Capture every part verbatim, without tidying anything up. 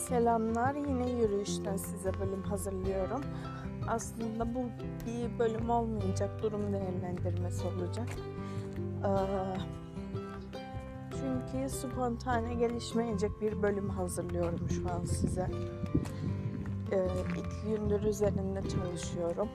Selamlar, yine yürüyüşten size bölüm hazırlıyorum. Aslında bu bir bölüm olmayacak, durum değerlendirmesi olacak. Ee, çünkü spontane gelişmeyecek bir bölüm hazırlıyorum şu an size. Ee, iki gündür üzerinde çalışıyorum.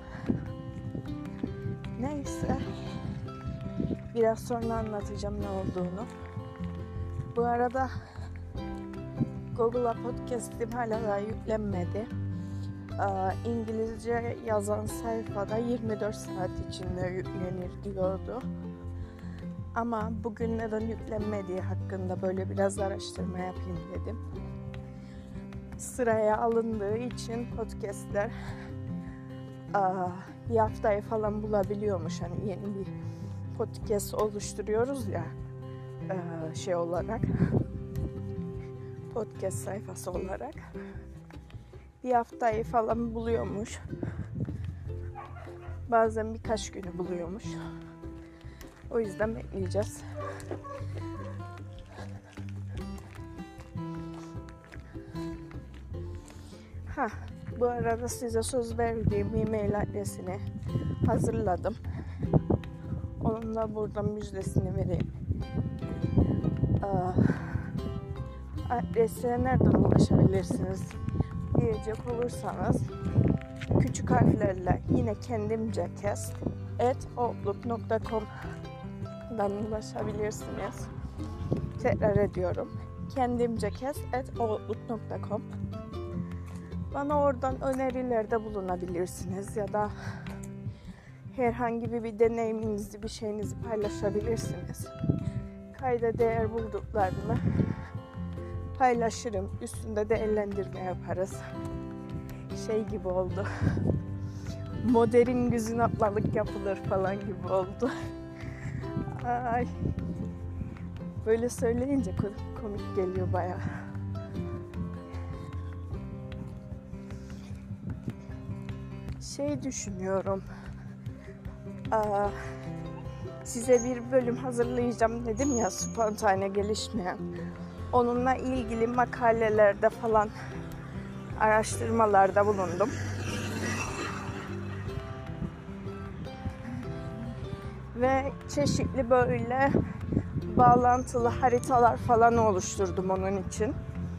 Neyse, biraz sonra anlatacağım ne olduğunu. Bu arada Google'a podcast'im hala daha yüklenmedi. Ee, İngilizce yazan sayfada yirmi dört saat içinde yüklenir diyordu. Ama bugün neden yüklenmediği hakkında böyle biraz araştırma yapayım dedim. Sıraya alındığı için podcast'ler aa, bir haftayı falan bulabiliyormuş. Hani yeni bir podcast oluşturuyoruz ya e, şey olarak. Podcast sayfası olarak bir haftayı falan buluyormuş. Bazen birkaç günü buluyormuş. O yüzden bekleyeceğiz. Ha, bu arada size söz verdiğim e-mail adresini hazırladım. Onun da buradan müjdesini vereyim. Aa, adrese nereden ulaşabilirsiniz diyecek olursanız küçük harflerle yine kendimce cast at outlook nokta com'dan ulaşabilirsiniz. Tekrar ediyorum. kendimce cast at outlook nokta com. Bana oradan önerilerde bulunabilirsiniz ya da herhangi bir deneyiminizi, bir şeyinizi paylaşabilirsiniz. Kayda değer bulduklarımı paylaşırım. Üstünde değerlendirme yaparız. Şey gibi oldu. Modern güzün atlalık yapılır falan gibi oldu. Ay. Böyle söyleyince komik geliyor bayağı. Şey düşünüyorum. Aa, size bir bölüm hazırlayacağım dedim ya, spontane gelişmeyen. Onunla ilgili makalelerde falan araştırmalarda bulundum. Ve çeşitli böyle bağlantılı haritalar falan oluşturdum onun için.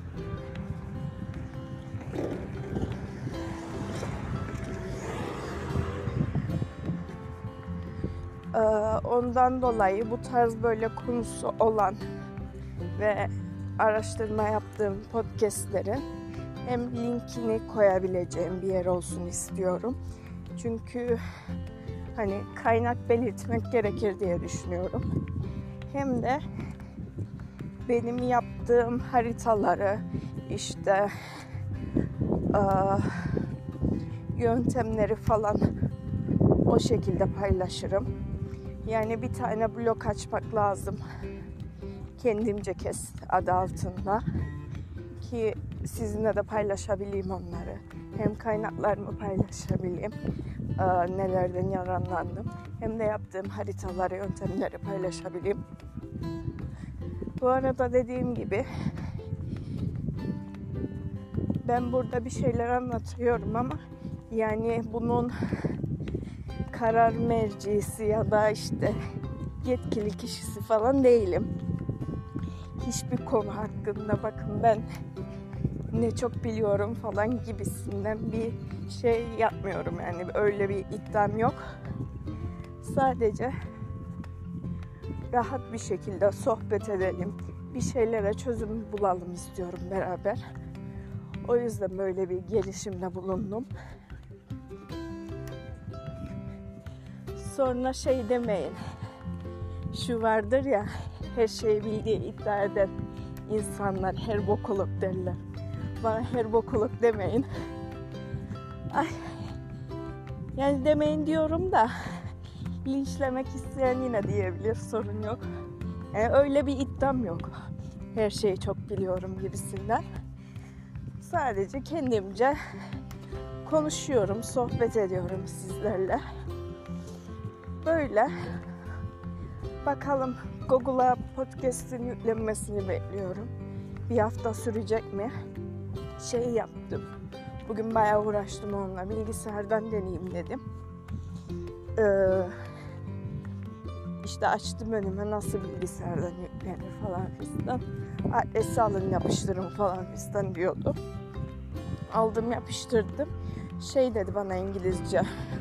Ee, ondan dolayı bu tarz böyle konusu olan ve araştırma yaptığım podcastlerin hem linkini koyabileceğim bir yer olsun istiyorum. Çünkü hani kaynak belirtmek gerekir diye düşünüyorum. Hem de benim yaptığım haritaları, işte aa, yöntemleri falan o şekilde paylaşırım. Yani bir tane blog açmak lazım. Kendimce kes adı altında ki sizinle de paylaşabileyim onları. Hem kaynaklarımı paylaşabileyim, e, nelerden yararlandım, hem de yaptığım haritaları, yöntemleri paylaşabileyim. Bu arada dediğim gibi ben burada bir şeyler anlatıyorum ama yani bunun karar mercisi ya da işte yetkili kişisi falan değilim. Hiçbir konu hakkında bakın ben ne çok biliyorum falan gibisinden bir şey yapmıyorum, yani öyle bir iddiam yok. Sadece rahat bir şekilde sohbet edelim, bir şeylere çözüm bulalım istiyorum beraber. O yüzden böyle bir girişimde bulundum. Sonra şey demeyin, şu vardır ya, her şeyi bildiği iddia eden insanlar herbokolog derler. Bana herbokolog demeyin. Ay, yani demeyin diyorum da linçlemek isteyen yine diyebilir, sorun yok. Yani öyle bir iddiam yok. Her şeyi çok biliyorum gibisinden. Sadece kendimce konuşuyorum, sohbet ediyorum sizlerle. Böyle. Bakalım, Google'a podcast'in yüklenmesini bekliyorum. Bir hafta sürecek mi? şey yaptım. Bugün bayağı uğraştım onunla. Bilgisayardan deneyeyim dedim. Ee, işte açtım önüme nasıl bilgisayardan yüklenir falan fistan. Adresi alın yapıştırın falan fistan diyordu. Aldım yapıştırdım. Şey dedi bana İngilizce.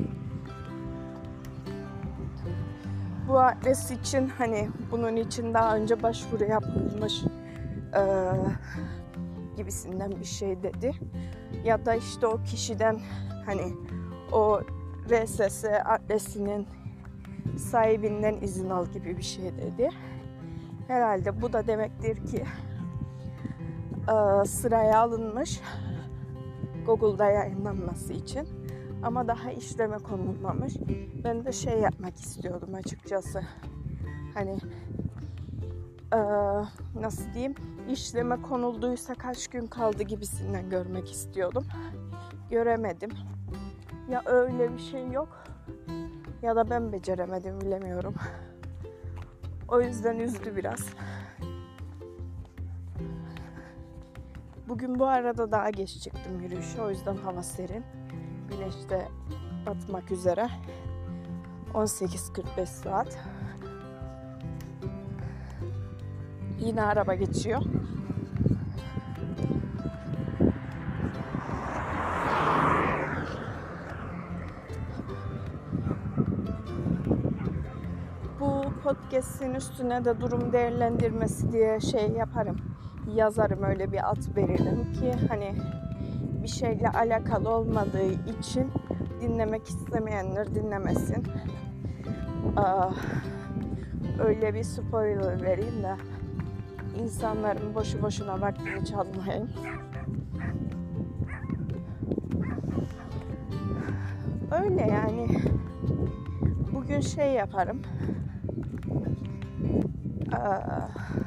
Bu adres için hani bunun için daha önce başvuru yapılmış e, gibisinden bir şey dedi. Ya da işte o kişiden hani o R S S adresinin sahibinden izin al gibi bir şey dedi. Herhalde bu da demektir ki e, sıraya alınmış Google'da yayınlanması için. Ama daha işleme konulmamış. Ben de şey yapmak istiyordum açıkçası. Hani e, nasıl diyeyim, işleme konulduysa kaç gün kaldı gibisinden görmek istiyordum. Göremedim. Ya öyle bir şey yok ya da ben beceremedim, bilemiyorum. O yüzden üzdü biraz. Bugün bu arada daha geç çıktım yürüyüşe. O yüzden hava serin. Güneş de batmak üzere. on sekiz kırk beş saat. Yine araba geçiyor. Bu podcast'in üstüne de durum değerlendirmesi diye şey yaparım. Yazarım, öyle bir ad veririm ki hani bir şeyle alakalı olmadığı için dinlemek istemeyenler dinlemesin. Aa, öyle bir spoiler vereyim de insanların boşu boşuna vaktini çalmayayım. Öyle yani. Bugün şey yaparım. Aa,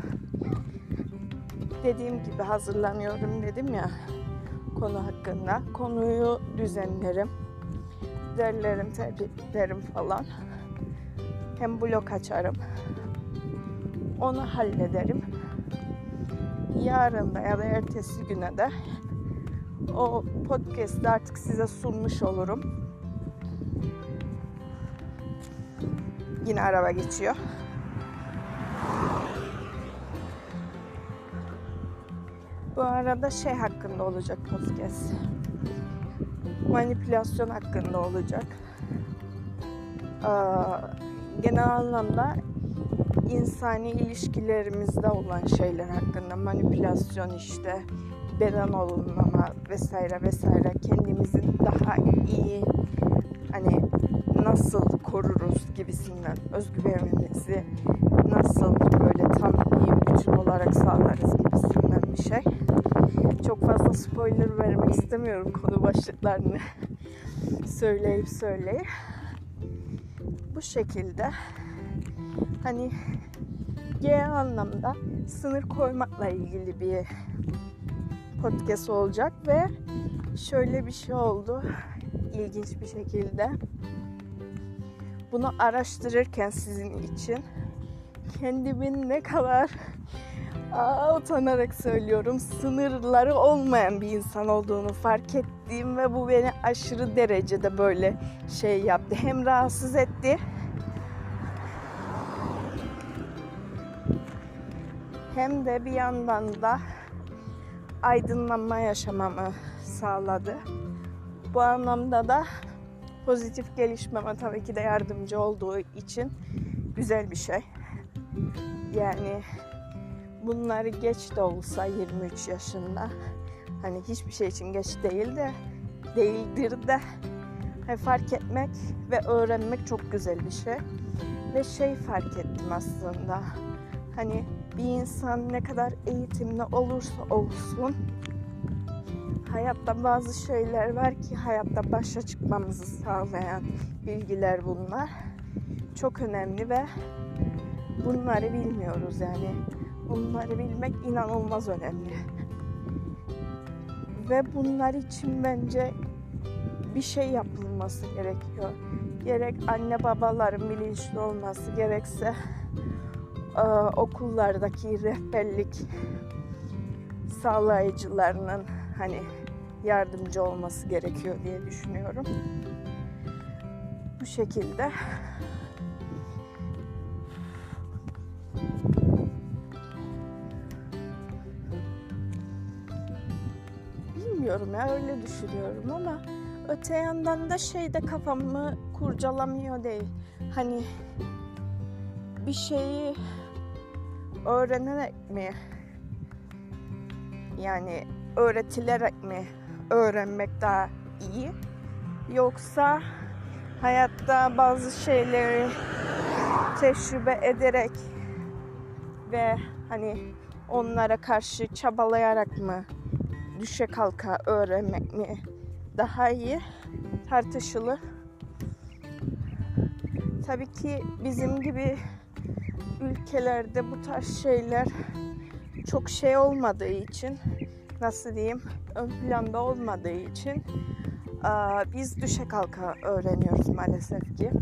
dediğim gibi hazırlanıyorum dedim ya konu hakkında. Konuyu düzenlerim. Derlerim, tebriklerim falan. Hem blog açarım. Onu hallederim. Yarın da ya da ertesi güne de o podcast'ı artık size sunmuş olurum. Yine araba geçiyor. Bu arada şey hakkında olacak podcast. Manipülasyon hakkında olacak. Ee, genel anlamda insani ilişkilerimizde olan şeyler hakkında, manipülasyon işte, beden olunmama vesaire vesaire, kendimizin daha iyi hani nasıl koruruz gibisinden, özgüvenimizi nasıl böyle tam iyi bütün olarak sağlarız gibisinden bir şey. Çok fazla spoiler vermek istemiyorum konu başlıklarını söyleyip söyleyip. Bu şekilde hani genel anlamda sınır koymakla ilgili bir podcast olacak ve şöyle bir şey oldu ilginç bir şekilde. Bunu araştırırken sizin için kendimin ne kadar aa, utanarak söylüyorum, sınırları olmayan bir insan olduğunu fark ettiğim ve bu beni aşırı derecede böyle şey yaptı. Hem rahatsız etti hem de bir yandan da aydınlanma yaşamamı sağladı. Bu anlamda da pozitif gelişmeme tabii ki de yardımcı olduğu için güzel bir şey. Yani bunları geç de olsa yirmi üç yaşında, hani hiçbir şey için geç değil de değildir de hani fark etmek ve öğrenmek çok güzel bir şey. Ve şey fark ettim aslında, hani bir insan ne kadar eğitimli olursa olsun hayatta bazı şeyler var ki hayatta başa çıkmamızı sağlayan bilgiler bunlar. Çok önemli ve bunları bilmiyoruz yani. Bunları bilmek inanılmaz önemli. Ve bunlar için bence bir şey yapılması gerekiyor. Gerek anne babaların bilinçli olması, gerekse e, okullardaki rehberlik sağlayıcılarının hani yardımcı olması gerekiyor diye düşünüyorum. Bu şekilde. Bilmiyorum ya, öyle düşünüyorum ama öte yandan da şey de kafamı kurcalamıyor değil. Hani bir şeyi öğrenerek mi, yani öğretilerek mi öğrenmek daha iyi, yoksa hayatta bazı şeyleri tecrübe ederek ve hani onlara karşı çabalayarak mı, düşe kalka öğrenmek mi daha iyi, tartışılır. Tabii ki bizim gibi ülkelerde bu tarz şeyler çok şey olmadığı için, nasıl diyeyim, ön planda olmadığı için biz düşe kalka öğreniyoruz maalesef ki.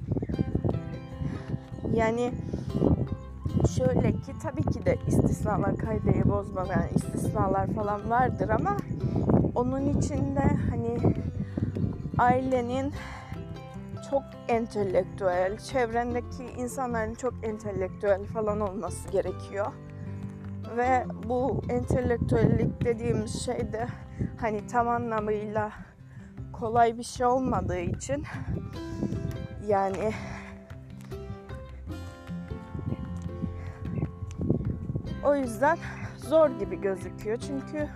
Yani şöyle ki, tabii ki de istisnalar kaideyi bozmalı, yani istisnalar falan vardır ama onun içinde hani ailenin çok entelektüel, çevrendeki insanların çok entelektüel falan olması gerekiyor. Ve bu entelektüellik dediğimiz şey de hani tam anlamıyla kolay bir şey olmadığı için, yani o yüzden zor gibi gözüküyor. Çünkü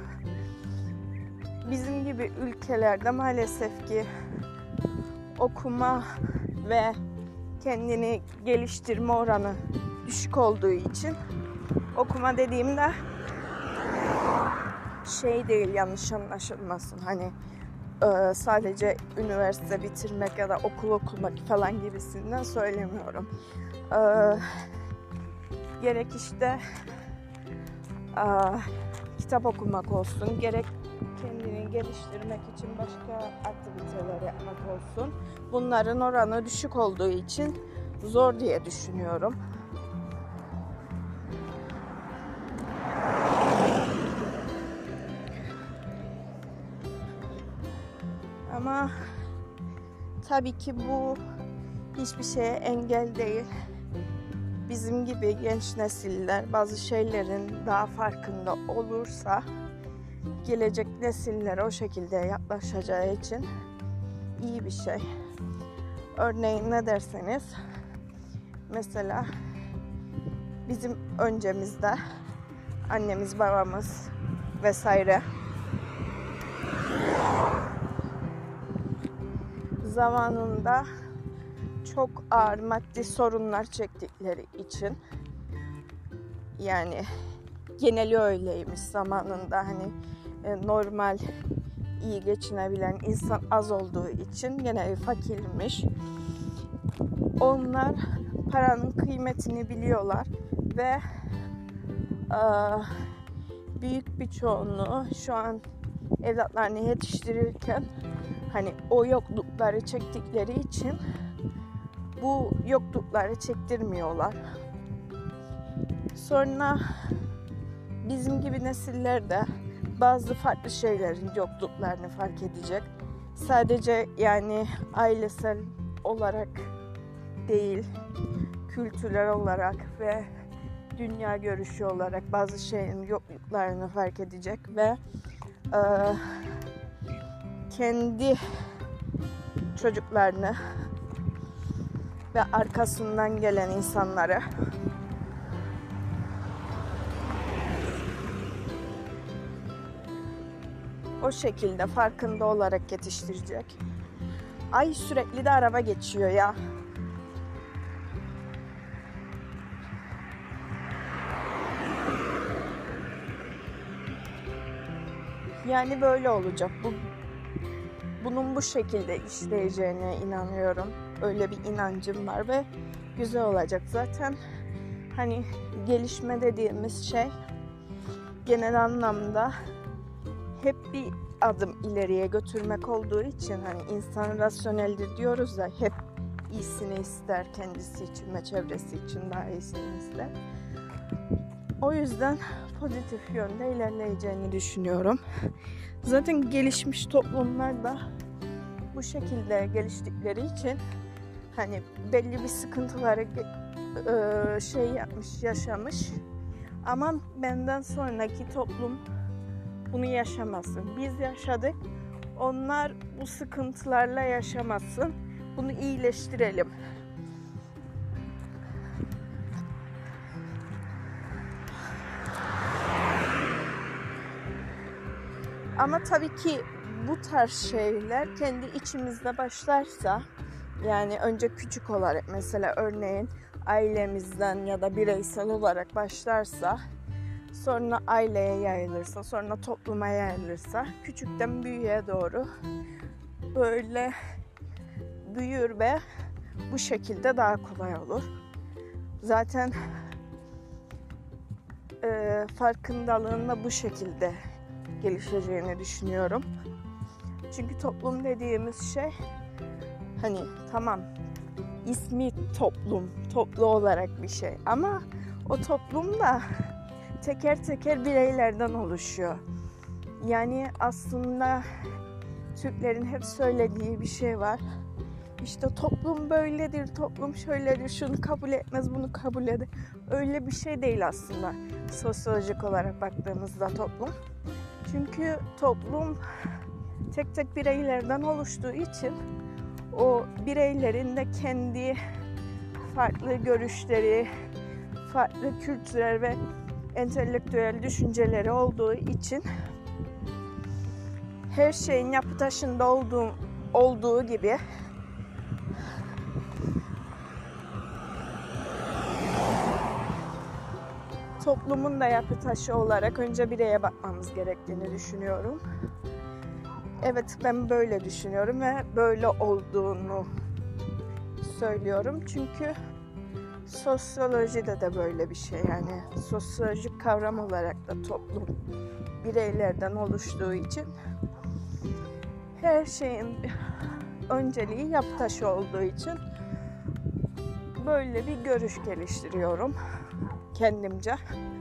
bizim gibi ülkelerde maalesef ki okuma ve kendini geliştirme oranı düşük olduğu için, okuma dediğimde şey değil, yanlış anlaşılmasın, hani sadece üniversite bitirmek ya da okul okumak falan gibisinden söylemiyorum. Gerek işte kitap okumak olsun, gerek kendini geliştirmek için başka aktiviteler yapmak olsun. Bunların oranı düşük olduğu için zor diye düşünüyorum. Ama tabii ki bu hiçbir şeye engel değil. Bizim gibi genç nesiller bazı şeylerin daha farkında olursa gelecek nesillere o şekilde yaklaşacağı için iyi bir şey. Örneğin ne derseniz, mesela bizim öncemizde annemiz, babamız vesaire zamanında çok ağır maddi sorunlar çektikleri için, yani geneli öyleymiş zamanında, hani normal iyi geçinebilen insan az olduğu için geneli fakirmiş. Onlar paranın kıymetini biliyorlar ve büyük bir çoğunluğu şu an evlatlarını yetiştirirken hani o yoklukları çektikleri için bu yoklukları çektirmiyorlar. Sonra bizim gibi nesiller de bazı farklı şeylerin yokluklarını fark edecek. Sadece yani ailesel olarak değil, kültürel olarak ve dünya görüşü olarak bazı şeyin yokluklarını fark edecek ve e, kendi çocuklarını ve arkasından gelen insanları o şekilde farkında olarak yetiştirecek. Ay, sürekli de araba geçiyor ya. Yani böyle olacak. Bu, bunun bu şekilde işleyeceğine inanıyorum. Öyle bir inancım var ve güzel olacak. Zaten hani gelişme dediğimiz şey genel anlamda hep bir adım ileriye götürmek olduğu için, hani insan rasyoneldir diyoruz ya, hep iyisini ister, kendisi için ve çevresi için daha iyisini ister. O yüzden pozitif yönde ilerleyeceğini düşünüyorum. Zaten gelişmiş toplumlar da bu şekilde geliştikleri için hani belli bir sıkıntıları şey yapmış, yaşamış. Ama benden sonraki toplum bunu yaşamasın. Biz yaşadık. Onlar bu sıkıntılarla yaşamasın. Bunu iyileştirelim. Ama tabii ki bu tarz şeyler kendi içimizde başlarsa, yani önce küçük olarak mesela örneğin ailemizden ya da bireysel olarak başlarsa, sonra aileye yayılırsa, sonra topluma yayılırsa, küçükten büyüğe doğru böyle büyür ve bu şekilde daha kolay olur. Zaten e, farkındalığın da bu şekilde gelişeceğini düşünüyorum. Çünkü toplum dediğimiz şey hani tamam ismi toplum, toplu olarak bir şey ama o toplum da teker teker bireylerden oluşuyor. Yani aslında Türklerin hep söylediği bir şey var. İşte toplum böyledir, toplum şöyledir, şunu kabul etmez, bunu kabul eder. Öyle bir şey değil aslında sosyolojik olarak baktığımızda toplum. Çünkü toplum tek tek bireylerden oluştuğu için o bireylerin de kendi farklı görüşleri, farklı kültürel ve entelektüel düşünceleri olduğu için her şeyin yapı taşında olduğu, olduğu gibi toplumun da yapı taşı olarak önce bireye bakmamız gerektiğini düşünüyorum. Evet, ben böyle düşünüyorum ve böyle olduğunu söylüyorum. Çünkü sosyolojide de böyle bir şey, yani sosyolojik kavram olarak da toplum bireylerden oluştuğu için her şeyin önceliği yapı taşı olduğu için böyle bir görüş geliştiriyorum kendimce.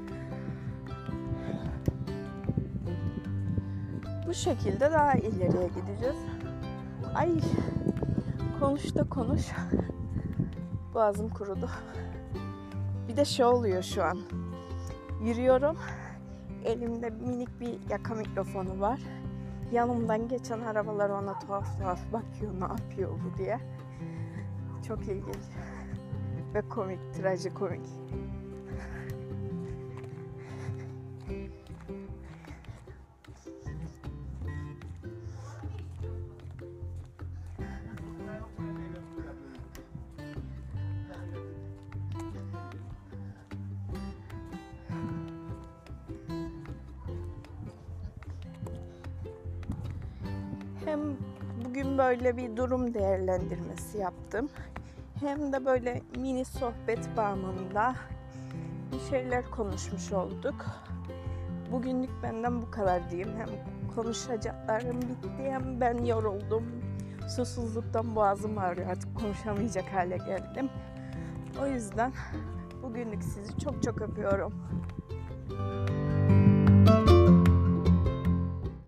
Bu şekilde daha ileriye gideceğiz. Ay, konuş da konuş. Boğazım kurudu. Bir de şey oluyor şu an. Yürüyorum. Elimde minik bir yaka mikrofonu var. Yanımdan geçen arabalar ona tuhaf tuhaf bakıyor, ne yapıyor bu diye. Çok ilginç. Ve komik, trajikomik. Hem bugün böyle bir durum değerlendirmesi yaptım. Hem de böyle mini sohbet bağlamında bir şeyler konuşmuş olduk. Bugünlük benden bu kadar diyeyim. Hem konuşacaklarım bitti hem ben yoruldum. Susuzluktan boğazım ağrıyor, artık konuşamayacak hale geldim. O yüzden bugünlük sizi çok çok öpüyorum.